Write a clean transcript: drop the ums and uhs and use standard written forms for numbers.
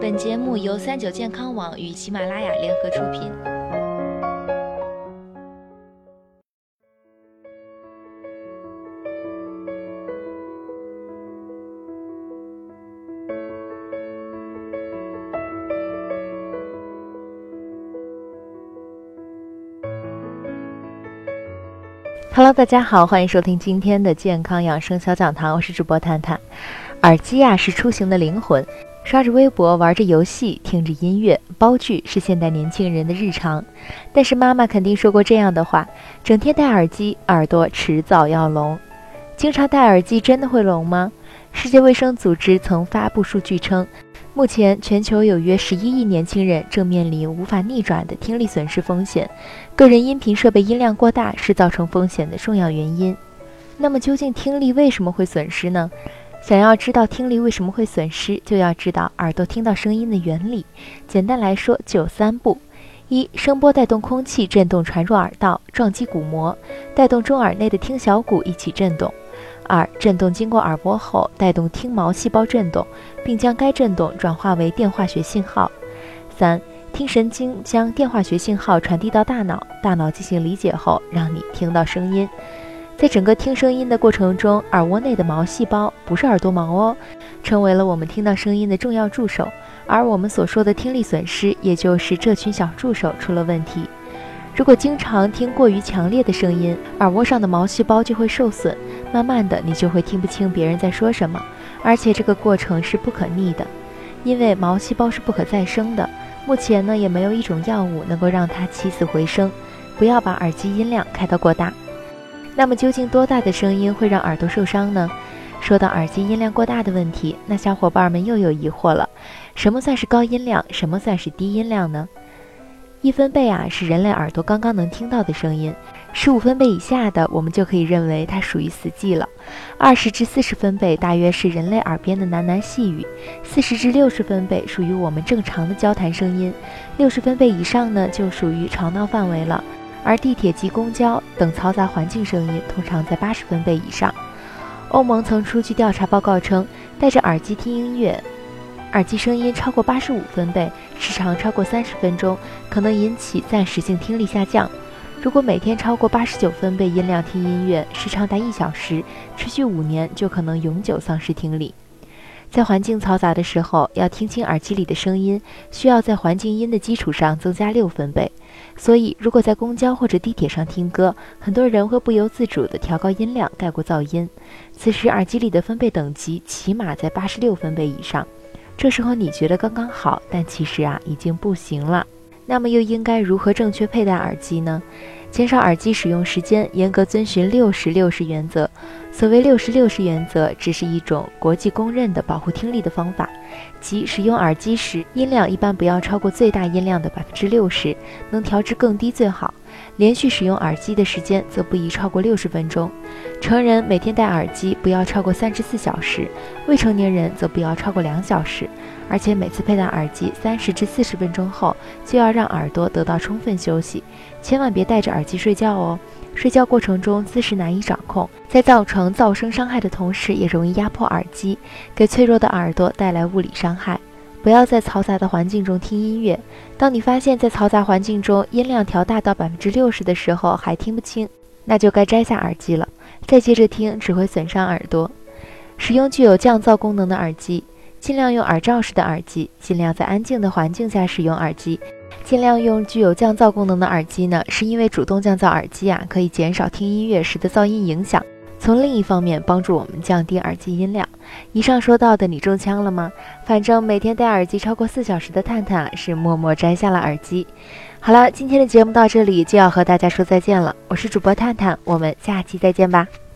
本节目由39健康网与喜马拉雅联合出品。 Hello， 大家好，欢迎收听今天的健康养生小讲堂，我是主播探探。耳机是出行的灵魂，刷着微博，玩着游戏，听着音乐，煲剧是现代年轻人的日常。但是妈妈肯定说过这样的话：整天戴耳机，耳朵迟早要聋。经常戴耳机真的会聋吗？世界卫生组织曾发布数据称，目前全球有约11亿年轻人正面临无法逆转的听力损失风险，个人音频设备音量过大是造成风险的重要原因。那么究竟听力为什么会损失呢？想要知道听力为什么会损失，就要知道耳朵听到声音的原理。简单来说就有3步：一、声波带动空气振动传入耳道，撞击鼓膜，带动中耳内的听小骨一起振动；二、振动经过耳膜后，带动听毛细胞振动，并将该振动转化为电化学信号；三、听神经将电化学信号传递到大脑，大脑进行理解后，让你听到声音。在整个听声音的过程中，耳蜗内的毛细胞不是耳朵毛哦，成为了我们听到声音的重要助手。而我们所说的听力损失，也就是这群小助手出了问题。如果经常听过于强烈的声音，耳蜗上的毛细胞就会受损，慢慢的你就会听不清别人在说什么，而且这个过程是不可逆的，因为毛细胞是不可再生的。目前呢，也没有一种药物能够让它起死回生。不要把耳机音量开到过大。那么究竟多大的声音会让耳朵受伤呢？说到耳机音量过大的问题，那小伙伴们又有疑惑了，什么算是高音量，什么算是低音量呢？1分贝是人类耳朵刚刚能听到的声音，15分贝以下的我们就可以认为它属于死寂了。20至40分贝大约是人类耳边的喃喃细语，40至60分贝属于我们正常的交谈声音，60分贝以上呢就属于吵闹范围了。而地铁及公交等嘈杂环境声音通常在80分贝以上。欧盟曾出具调查报告称，戴着耳机听音乐，耳机声音超过85分贝，时长超过30分钟，可能引起暂时性听力下降。如果每天超过89分贝音量听音乐，时长达1小时，持续5年，就可能永久丧失听力。在环境嘈杂的时候，要听清耳机里的声音，需要在环境音的基础上增加6分贝。所以如果在公交或者地铁上听歌，很多人会不由自主地调高音量盖过噪音，此时耳机里的分贝等级起码在86分贝以上。这时候你觉得刚刚好，但其实已经不行了。那么又应该如何正确佩戴耳机呢？减少耳机使用时间，严格遵循60-60原则。所谓60-60原则，只是一种国际公认的保护听力的方法，即使用耳机时，音量一般不要超过最大音量的60%，能调至更低最好。连续使用耳机的时间则不宜超过60分钟。成人每天戴耳机不要超过3至4小时，未成年人则不要超过2小时。而且每次佩戴耳机30至40分钟后，就要让耳朵得到充分休息，千万别戴着耳机睡觉哦。睡觉过程中姿势难以掌控，在造成噪声伤害的同时，也容易压迫耳机，给脆弱的耳朵带来物理伤害。不要在嘈杂的环境中听音乐。当你发现在嘈杂环境中音量调大到60%的时候还听不清，那就该摘下耳机了，再接着听只会损伤耳朵。使用具有降噪功能的耳机，尽量用耳罩式的耳机，尽量在安静的环境下使用耳机。尽量用具有降噪功能的耳机呢，是因为主动降噪耳机可以减少听音乐时的噪音影响，从另一方面帮助我们降低耳机音量。以上说到的你中枪了吗？反正每天戴耳机超过4小时的探探是默默摘下了耳机。好了，今天的节目到这里就要和大家说再见了，我是主播探探，我们下期再见吧。